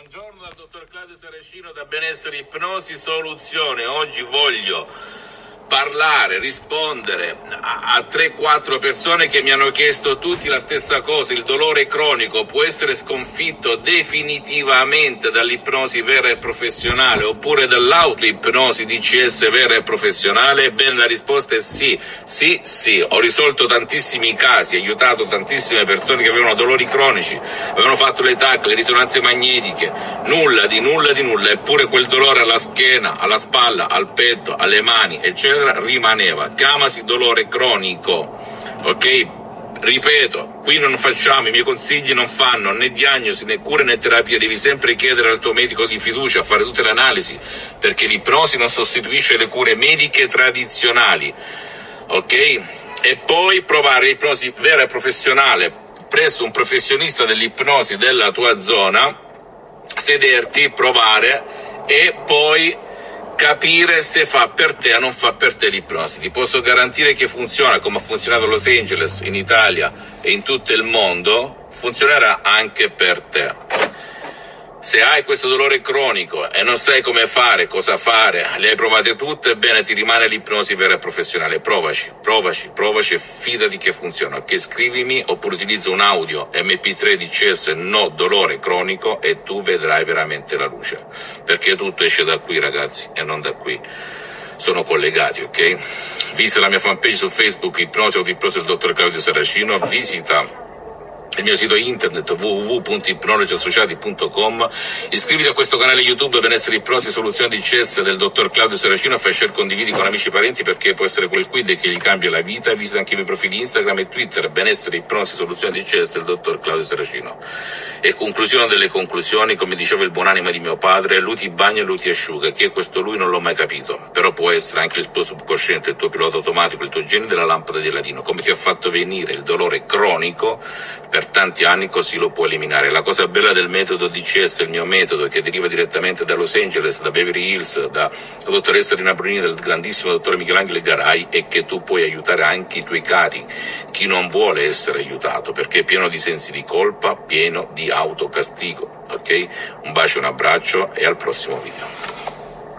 Buongiorno dal dottor Claudio Saracino da Benessere Ipnosi Soluzione. Oggi voglio parlare, rispondere a 3-4 persone che mi hanno chiesto tutti la stessa cosa. Il dolore cronico può essere sconfitto definitivamente dall'ipnosi vera e professionale oppure dall'autoipnosi DCS vera e professionale? Ebbene, la risposta è sì. Ho risolto tantissimi casi, aiutato tantissime persone che avevano dolori cronici, avevano fatto le TAC, le risonanze magnetiche, nulla, eppure quel dolore alla schiena, alla spalla, al petto, alle mani, eccetera, rimaneva. Chiamasi dolore cronico, ok? Ripeto, qui non facciamo, i miei consigli non fanno né diagnosi, né cure, né terapia. Devi sempre chiedere al tuo medico di fiducia, fare tutte le analisi, perché l'ipnosi non sostituisce le cure mediche tradizionali, ok? E poi provare l'ipnosi vera e professionale presso un professionista dell'ipnosi della tua zona, sederti, provare e poi capire se fa per te o non fa per te l'ipnosi. Ti posso garantire che funziona, come ha funzionato a Los Angeles, in Italia e in tutto il mondo, funzionerà anche per te. Se hai questo dolore cronico e non sai come fare, cosa fare, le hai provate tutte, bene, ti rimane l'ipnosi vera e professionale. Provaci e fidati che funziona. Ok, scrivimi oppure utilizza un audio MP3 DCS no dolore cronico e tu vedrai veramente la luce, perché tutto esce da qui, ragazzi, e non da qui. Sono collegati, ok? Visita la mia fanpage su Facebook, Ipnosi Autoipnosi del dottor Claudio Saracino, visita il mio sito internet www.ipnologiassociati.com, iscriviti a questo canale YouTube Benessere Ipnosi Soluzione DCS del dottor Claudio Saracino, fai share, condividi con amici e parenti, perché può essere quel quid che gli cambia la vita. Visita anche i miei profili Instagram e Twitter, Benessere Ipnosi Soluzione DCS del dottor Claudio Saracino. E conclusione delle conclusioni, come diceva il buonanima di mio padre, lui ti bagna e lui ti asciuga, che questo lui non l'ho mai capito, però può essere anche il tuo subconsciente, il tuo pilota automatico, il tuo genio della lampada di Aladino. Come ti ha fatto venire il dolore cronico per tanti anni, così lo può eliminare. La cosa bella del metodo DCS, il mio metodo, che deriva direttamente da Los Angeles, da Beverly Hills, da dottoressa Rina Brunini, del grandissimo dottore Michelangelo Garai, è che tu puoi aiutare anche i tuoi cari, chi non vuole essere aiutato, perché è pieno di sensi di colpa, pieno di autocastigo, ok? Un bacio, un abbraccio e al prossimo video.